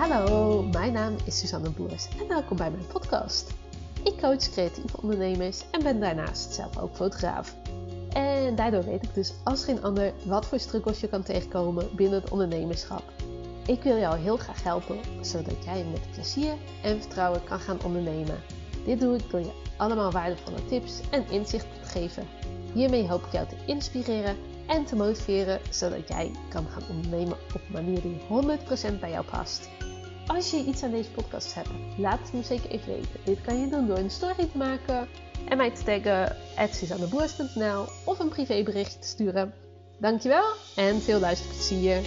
Hallo, mijn naam is Suzanne Boers en welkom bij mijn podcast. Ik coach creatieve ondernemers en ben daarnaast zelf ook fotograaf. En daardoor weet ik dus als geen ander wat voor struggles je kan tegenkomen binnen het ondernemerschap. Ik wil jou heel graag helpen, zodat jij met plezier en vertrouwen kan gaan ondernemen. Dit doe ik door je allemaal waardevolle tips en inzichten te geven. Hiermee hoop ik jou te inspireren en te motiveren, zodat jij kan gaan ondernemen op een manier die 100% bij jou past. Als je iets aan deze podcast hebt, laat het me zeker even weten. Dit kan je doen door een story te maken en mij te taggen @suzanneboers.nl of een privébericht te sturen. Dankjewel en veel luisterplezier.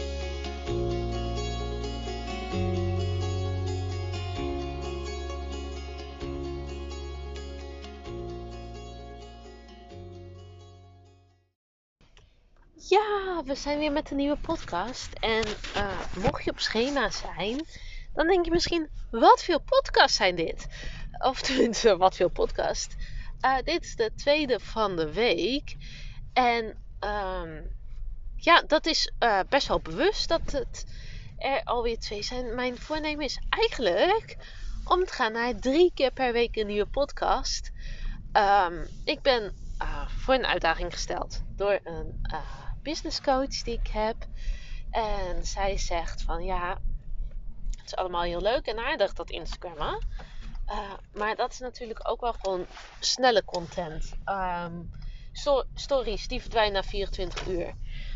Ja, we zijn weer met een nieuwe podcast. En mocht je op schema zijn, dan denk je misschien, wat veel podcasts zijn dit? Of tenminste, wat veel podcast. Dit is de tweede van de week. En ja, dat is best wel bewust dat het er alweer 2 zijn. Mijn voornemen is eigenlijk om te gaan naar 3 keer per week een nieuwe podcast. Ik ben voor een uitdaging gesteld door een business coach die ik heb. En zij zegt van ja, het is allemaal heel leuk en aardig dat Instagrammen. Maar dat is natuurlijk ook wel gewoon snelle content. Stories die verdwijnen na 24 uur.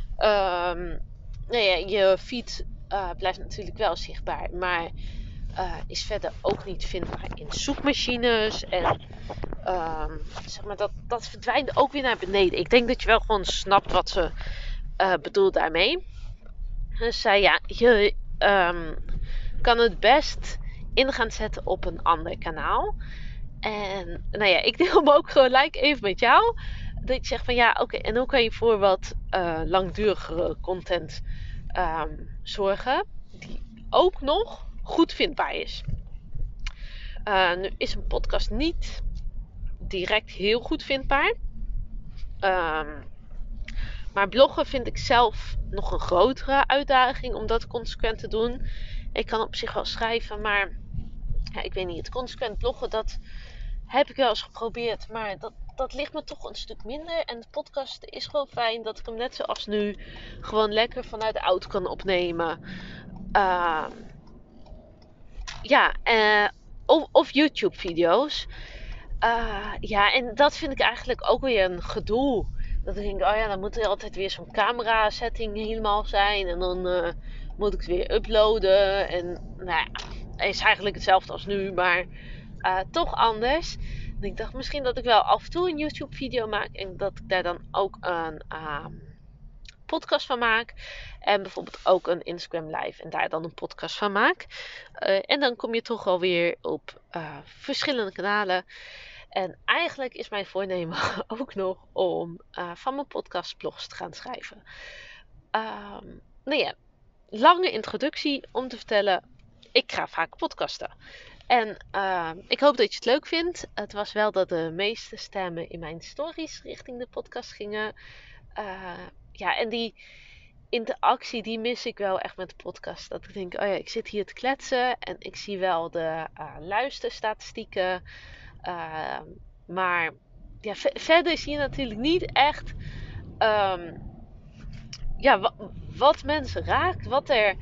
Je feed blijft natuurlijk wel zichtbaar. Maar is verder ook niet vindbaar in zoekmachines. En zeg maar dat verdwijnt ook weer naar beneden. Ik denk dat je wel gewoon snapt wat ze bedoelt daarmee. Dus zei ja, je kan het best in gaan zetten op een ander kanaal. En nou ja, ik deel hem ook gelijk even met jou. Dat je zegt van ja, oké, en hoe kan je voor wat langdurigere content zorgen. Die ook nog goed vindbaar is. Nu is een podcast niet direct heel goed vindbaar. Maar bloggen vind ik zelf nog een grotere uitdaging om dat consequent te doen. Ik kan op zich wel schrijven, maar ja, ik weet niet, het consequent bloggen, dat heb ik wel eens geprobeerd. Maar dat ligt me toch een stuk minder. En de podcast is gewoon fijn dat ik hem net zoals nu gewoon lekker vanuit de auto kan opnemen. Of YouTube video's. Ja, en dat vind ik eigenlijk ook weer een gedoe. Dat ik denk, oh ja, dan moet er altijd weer zo'n camera setting helemaal zijn. En dan moet ik het weer uploaden. En nou ja, het is eigenlijk hetzelfde als nu, maar toch anders. En ik dacht misschien dat ik wel af en toe een YouTube video maak. En dat ik daar dan ook een podcast van maak. En bijvoorbeeld ook een Instagram live en daar dan een podcast van maak. En dan kom je toch alweer op verschillende kanalen. En eigenlijk is mijn voornemen ook nog om van mijn podcast blogs te gaan schrijven. Nou ja, lange introductie om te vertellen, ik ga vaak podcasten. En ik hoop dat je het leuk vindt. Het was wel dat de meeste stemmen in mijn stories richting de podcast gingen. Ja, en die interactie, die mis ik wel echt met de podcast. Dat ik denk, oh ja, ik zit hier te kletsen en ik zie wel de luisterstatistieken. Maar ja, verder zie je natuurlijk niet echt wat mensen raakt, wat er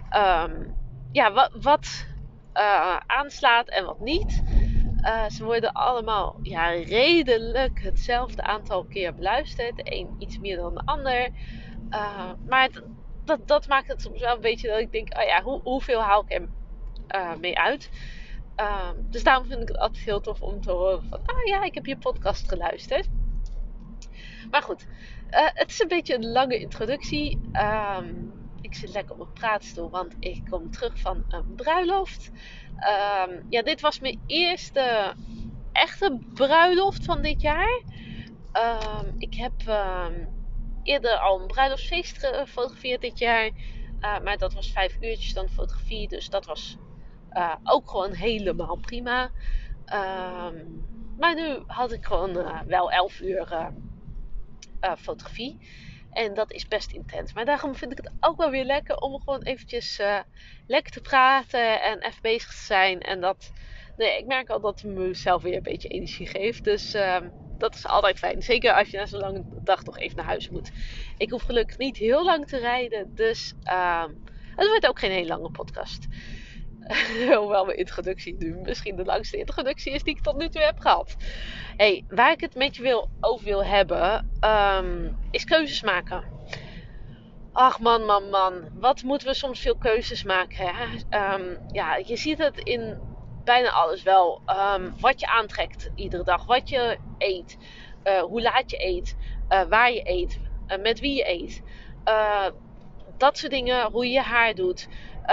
wat aanslaat en wat niet. Ze worden allemaal redelijk hetzelfde aantal keer beluisterd. De een iets meer dan de ander. Maar dat maakt het soms wel een beetje dat ik denk, oh ja, hoeveel haal ik er mee uit? Dus daarom vind ik het altijd heel tof om te horen van, ja, ik heb je podcast geluisterd. Maar goed, het is een beetje een lange introductie. Ik zit lekker op mijn praatstoel, want ik kom terug van een bruiloft. Dit was mijn eerste echte bruiloft van dit jaar. Ik heb eerder al een bruiloftsfeest gefotografeerd dit jaar. Maar dat was 5 uurtjes dan fotografie. Dus dat was ook gewoon helemaal prima. Maar nu had ik gewoon wel 11 uur fotografie. En dat is best intens. Maar daarom vind ik het ook wel weer lekker om gewoon eventjes lekker te praten en even bezig te zijn. En nee, ik merk al dat het mezelf weer een beetje energie geeft. Dus dat is altijd fijn. Zeker als je na zo'n lange dag toch even naar huis moet. Ik hoef gelukkig niet heel lang te rijden. Dus het wordt ook geen hele lange podcast. Hoewel mijn introductie nu misschien de langste introductie is die ik tot nu toe heb gehad. Hey, waar ik het met je over wil hebben, is keuzes maken. Ach man. Wat moeten we soms veel keuzes maken. Hè? Ja, je ziet het in bijna alles wel. Wat je aantrekt iedere dag. Wat je eet. Hoe laat je eet. Waar je eet. Met wie je eet. Dat soort dingen. Hoe je je haar doet.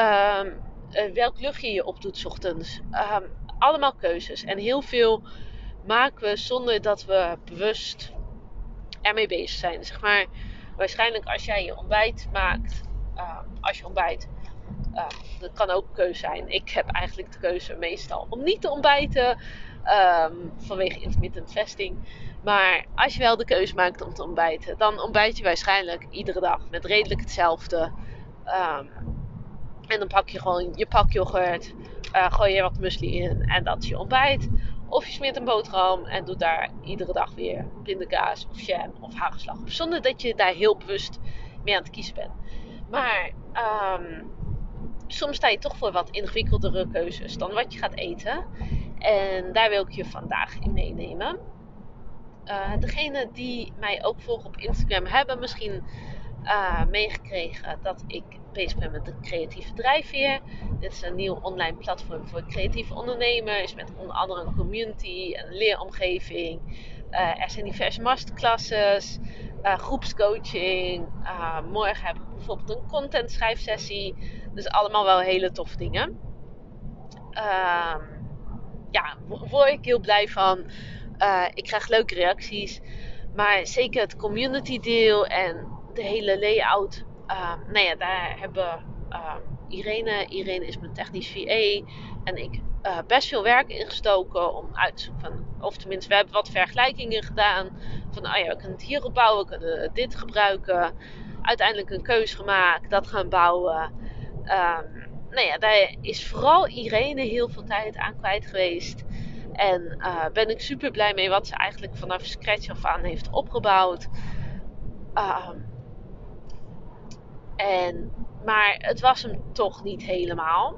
Welk luchtje je opdoet 's ochtends. Allemaal keuzes. En heel veel maken we zonder dat we bewust ermee bezig zijn. Zeg maar, waarschijnlijk als jij je ontbijt maakt. Als je ontbijt. Dat kan ook een keuze zijn. Ik heb eigenlijk de keuze meestal om niet te ontbijten. Vanwege intermittent fasting. Maar als je wel de keuze maakt om te ontbijten. Dan ontbijt je waarschijnlijk iedere dag. Met redelijk hetzelfde. En dan pak je gewoon je pak yoghurt. Gooi je wat muesli in. En dat is je ontbijt. Of je smeert een boterham en doet daar iedere dag weer pindakaas of jam of hagelslag op. Zonder dat je daar heel bewust mee aan het kiezen bent. Maar soms sta je toch voor wat ingewikkeldere keuzes dan wat je gaat eten. En daar wil ik je vandaag in meenemen. Degene die mij ook volgen op Instagram hebben misschien meegekregen dat ik bezig ben met de creatieve drijfveer. Dit is een nieuw online platform voor creatieve ondernemers met onder andere een community, een leeromgeving. Er zijn diverse masterclasses, groepscoaching. Morgen heb ik bijvoorbeeld een content schrijfsessie. Dus allemaal wel hele toffe dingen. Ja, word ik heel blij van. Ik krijg leuke reacties. Maar zeker het community deel en de hele layout. Nou ja, daar hebben Irene is mijn technisch VA. En ik best veel werk ingestoken om uit te zoeken. Of tenminste, we hebben wat vergelijkingen gedaan. Van, oh ja, we kunnen het hierop bouwen. We kunnen dit gebruiken. Uiteindelijk een keuze gemaakt. Dat gaan bouwen. Nou ja, daar is vooral Irene heel veel tijd aan kwijt geweest. En ben ik super blij mee wat ze eigenlijk vanaf scratch af aan heeft opgebouwd. Maar het was hem toch niet helemaal.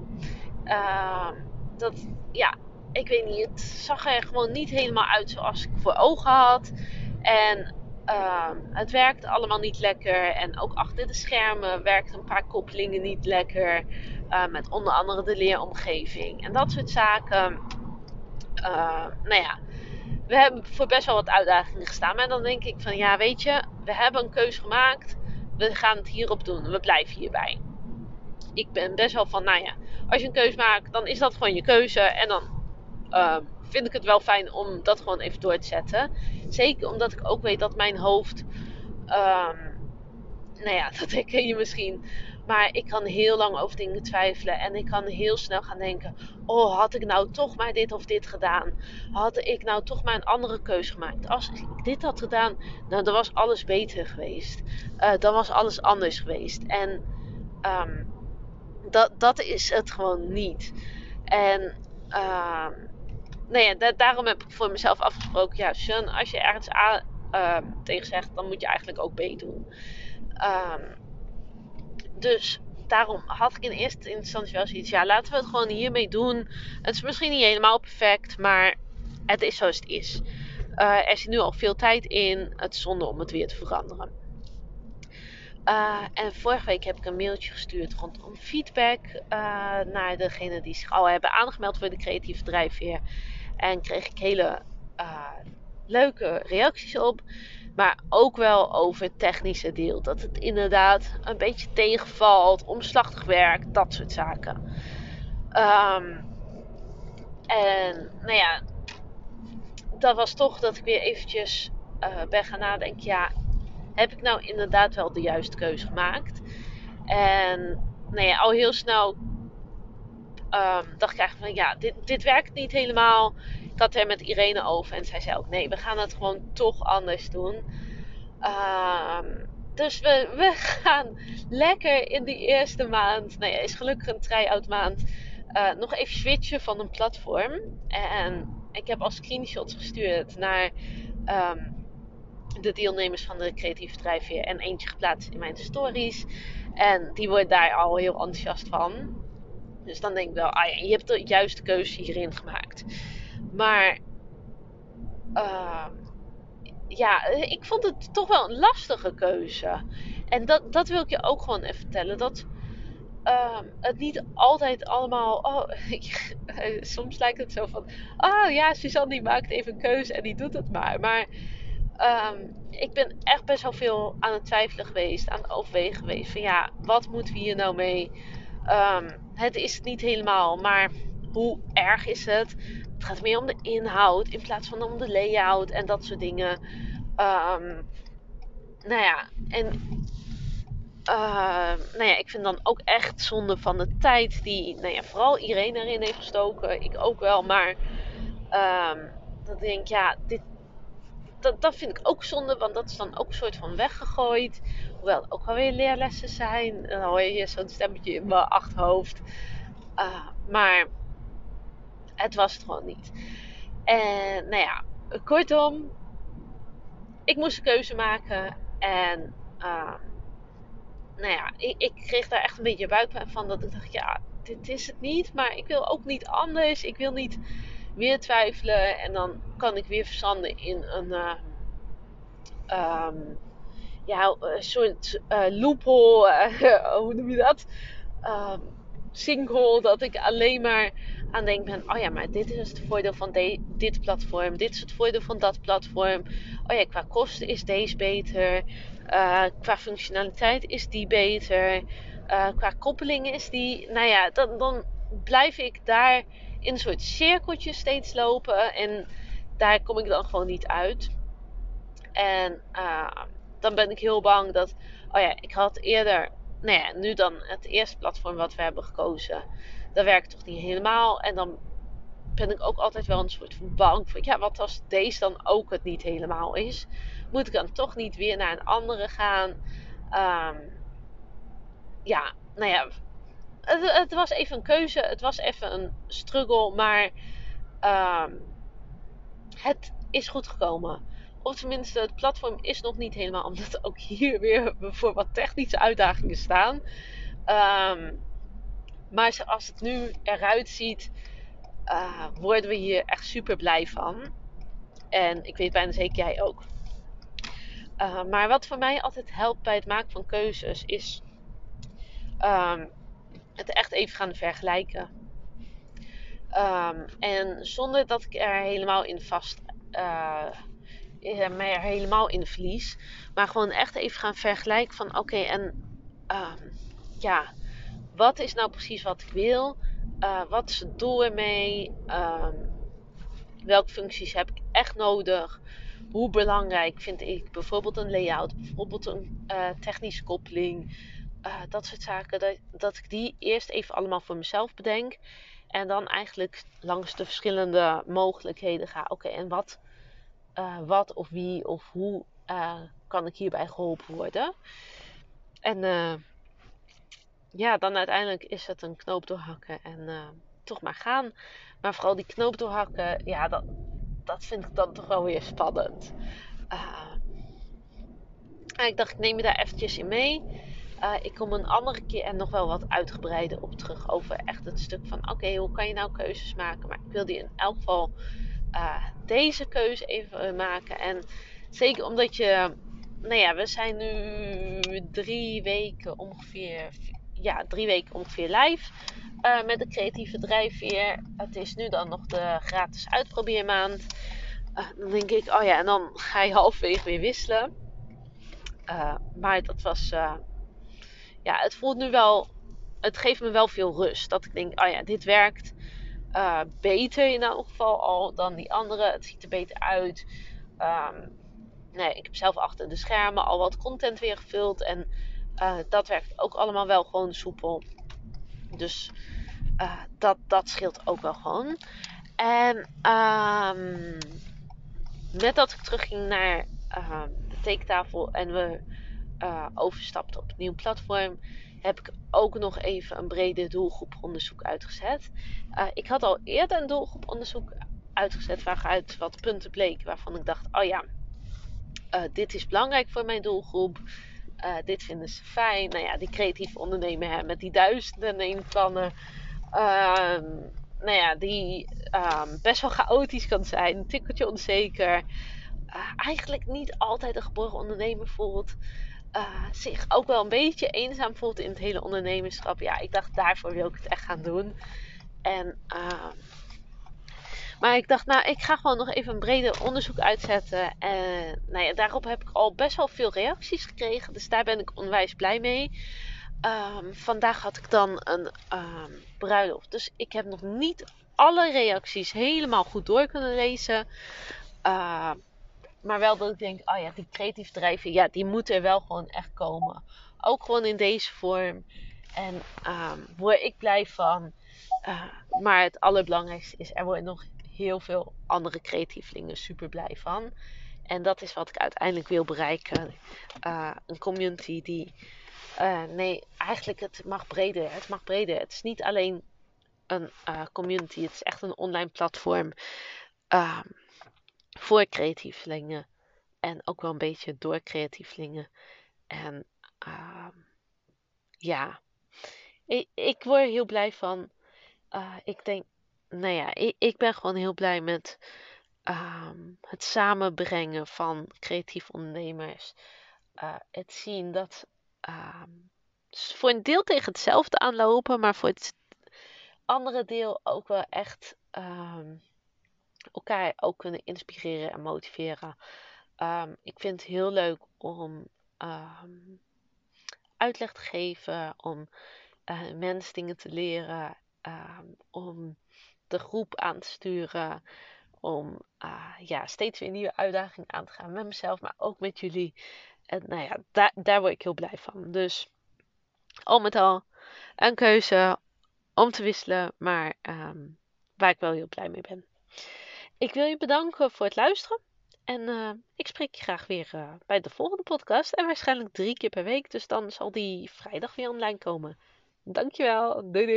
Ja, ik weet niet. Het zag er gewoon niet helemaal uit zoals ik voor ogen had. En het werkte allemaal niet lekker. En ook achter de schermen werkten een paar koppelingen niet lekker. Met onder andere de leeromgeving. En dat soort zaken. Nou ja, we hebben voor best wel wat uitdagingen gestaan. Maar dan denk ik van ja, weet je, we hebben een keuze gemaakt. We gaan het hierop doen. We blijven hierbij. Ik ben best wel van, nou ja, als je een keuze maakt, dan is dat gewoon je keuze. En dan vind ik het wel fijn om dat gewoon even door te zetten. Zeker omdat ik ook weet dat mijn hoofd, nou ja, dat herken je misschien. Maar ik kan heel lang over dingen twijfelen. En ik kan heel snel gaan denken, oh, had ik nou toch maar dit of dit gedaan? Had ik nou toch maar een andere keuze gemaakt? Als ik dit had gedaan, nou, dan was alles beter geweest. Dan was alles anders geweest. En dat is het gewoon niet. En nou ja, daarom heb ik voor mezelf afgesproken, ja, Sean, als je ergens A tegen zegt, dan moet je eigenlijk ook B doen. Dus daarom had ik in eerste instantie wel zoiets, ja, laten we het gewoon hiermee doen. Het is misschien niet helemaal perfect, maar het is zoals het is. Er zit nu al veel tijd in. Het is zonde om het weer te veranderen. En vorige week heb ik een mailtje gestuurd rondom feedback naar degenen die zich al hebben aangemeld voor de creatieve drijfveer. En kreeg ik hele leuke reacties op. Maar ook wel over het technische deel. Dat het inderdaad een beetje tegenvalt, omslachtig werk, dat soort zaken. En nou ja, dat was toch dat ik weer eventjes ben gaan nadenken. Ja, heb ik nou inderdaad wel de juiste keuze gemaakt? En nou ja, al heel snel dacht ik eigenlijk van ja, dit werkt niet helemaal. Ik had het er met Irene over en zij zei ook nee, we gaan het gewoon toch anders doen. Dus we gaan lekker in die eerste maand. Nou ja, is gelukkig een try-out maand. Nog even switchen van een platform. En ik heb al screenshots gestuurd naar de deelnemers van de creatieve drijfveer. En eentje geplaatst in mijn stories. En die wordt daar al heel enthousiast van. Dus dan denk ik wel, ah ja, je hebt de juiste keuze hierin gemaakt. Maar ja, ik vond het toch wel een lastige keuze. En dat wil ik je ook gewoon even vertellen. Dat het niet altijd allemaal... soms lijkt het zo van... Oh ja, Suzanne die maakt even een keuze en die doet het maar. Maar ik ben echt best wel veel aan het twijfelen geweest. Aan het overwegen geweest. Van ja, wat moeten we hier nou mee? Het is het niet helemaal. Maar hoe erg is het? Het gaat meer om de inhoud. In plaats van om de layout en dat soort dingen. Nou ja, en nou ja, ik vind dan ook echt zonde van de tijd die, nou ja, vooral Irene erin heeft gestoken. Ik ook wel, maar dan denk ik, ja, dat vind ik ook zonde, want dat is dan ook een soort van weggegooid. Hoewel het ook wel weer leerlessen zijn. En dan hoor je hier zo'n stemmetje in mijn achterhoofd. Maar het was het gewoon niet. En nou ja, kortom, ik moest een keuze maken. En nou ja, ik kreeg daar echt een beetje buikpijn van. Dat ik dacht, ja, dit is het niet. Maar ik wil ook niet anders. Ik wil niet weer twijfelen. En dan kan ik weer verzanden in een ja, een soort loophole. Hoe noem je dat? Sinkhole. Dat ik alleen maar aan denk ben. Oh ja, maar dit is het voordeel van dit platform. Dit is het voordeel van dat platform. Oh ja, qua kosten is deze beter. Qua functionaliteit is die beter. Qua koppelingen is die... Nou ja, dan blijf ik daar in een soort cirkeltje steeds lopen. En daar kom ik dan gewoon niet uit. En dan ben ik heel bang dat... Oh ja, ik had eerder... Nou ja, nu dan het eerste platform wat we hebben gekozen. Dat werkt toch niet helemaal. En dan ben ik ook altijd wel een soort van bang voor... Ja, wat als deze dan ook het niet helemaal is? Moet ik dan toch niet weer naar een andere gaan? Ja, nou ja... Het was even een keuze. Het was even een struggle. Maar het is goed gekomen. Of tenminste, het platform is nog niet helemaal, omdat ook hier weer voor wat technische uitdagingen staan. Maar zoals het nu eruit ziet, worden we hier echt super blij van. En ik weet bijna zeker jij ook. Maar wat voor mij altijd helpt bij het maken van keuzes, is het echt even gaan vergelijken. En zonder dat ik er helemaal in me er helemaal in verlies. Maar gewoon echt even gaan vergelijken van oké, en ja, wat is nou precies wat ik wil? Wat is het doel ermee? Welke functies heb ik echt nodig? Hoe belangrijk vind ik bijvoorbeeld een layout, bijvoorbeeld een technische koppeling? Dat soort zaken, dat ik die eerst even allemaal voor mezelf bedenk. En dan eigenlijk langs de verschillende mogelijkheden ga. Oké, en wat of wie of hoe kan ik hierbij geholpen worden? En ja, dan uiteindelijk is het een knoop doorhakken en toch maar gaan. Maar vooral die knoop doorhakken, ja, dat vind ik dan toch wel weer spannend. Ik dacht, ik neem je daar eventjes in mee. Ik kom een andere keer en nog wel wat uitgebreider op terug over echt het stuk van oké, hoe kan je nou keuzes maken? Maar ik wilde in elk geval deze keuze even maken. En zeker omdat je, nou ja, we zijn nu 3 weken ongeveer, ja, 3 weken ongeveer live met de creatieve drijfveer. Het is nu dan nog de gratis uitprobeermaand. Dan denk ik, oh ja, en dan ga je halverwege weer wisselen. Maar dat was, ja, het voelt nu wel, het geeft me wel veel rust. Dat ik denk, oh ja, dit werkt beter in elk geval al dan die andere. Het ziet er beter uit. Nee, ik heb zelf achter de schermen al wat content weer gevuld. En dat werkt ook allemaal wel gewoon soepel. Dus dat scheelt ook wel gewoon. En met dat ik terugging naar de tekentafel en we overstapte op een nieuw platform, heb ik ook nog even een brede doelgroeponderzoek uitgezet. Ik had al eerder een doelgroeponderzoek uitgezet waaruit wat punten bleken waarvan ik dacht, oh ja, dit is belangrijk voor mijn doelgroep. Dit vinden ze fijn. Nou ja, die creatieve ondernemer met die duizenden en één plannen. Nou ja, die best wel chaotisch kan zijn. Een tikkeltje onzeker. Eigenlijk niet altijd een geboren ondernemer voelt. Zich ook wel een beetje eenzaam voelt in het hele ondernemerschap. Ja, ik dacht, daarvoor wil ik het echt gaan doen. Maar ik dacht, nou, ik ga gewoon nog even een breder onderzoek uitzetten. En nou ja, daarop heb ik al best wel veel reacties gekregen. Dus daar ben ik onwijs blij mee. Vandaag had ik dan een bruiloft. Dus ik heb nog niet alle reacties helemaal goed door kunnen lezen. Maar wel dat ik denk, oh ja, die creatieve drijven, ja, die moeten er wel gewoon echt komen. Ook gewoon in deze vorm. En word ik blij van. Maar het allerbelangrijkste is, er worden nog heel veel andere creatievelingen super blij van. En dat is wat ik uiteindelijk wil bereiken. Een community die... nee, eigenlijk het mag breder. Het mag breder. Het is niet alleen een community. Het is echt een online platform. Voor creatievelingen. En ook wel een beetje door creatievelingen. En ja, ik word er heel blij van. Ik denk, nou ja, ik ben gewoon heel blij met het samenbrengen van creatieve ondernemers. Het zien dat ze voor een deel tegen hetzelfde aanlopen, maar voor het andere deel ook wel echt elkaar ook kunnen inspireren en motiveren. Ik vind het heel leuk om uitleg te geven, om mensen dingen te leren, om de groep aan te sturen, om steeds weer een nieuwe uitdaging aan te gaan met mezelf, maar ook met jullie. En nou ja, daar word ik heel blij van. Dus al met al een keuze om te wisselen, maar waar ik wel heel blij mee ben. Ik wil je bedanken voor het luisteren. En ik spreek je graag weer bij de volgende podcast. En waarschijnlijk 3 keer per week. Dus dan zal die vrijdag weer online komen. Dankjewel. Doei doei.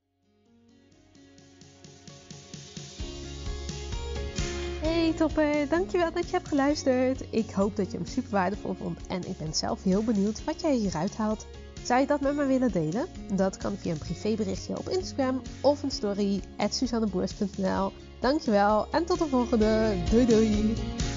Hey topper, dankjewel dat je hebt geluisterd. Ik hoop dat je hem super waardevol vond en ik ben zelf heel benieuwd wat jij hieruit haalt. Zou je dat met me willen delen? Dat kan via een privéberichtje op Instagram of een story @suzanneboers.nl. Dankjewel en tot de volgende. Doei doei!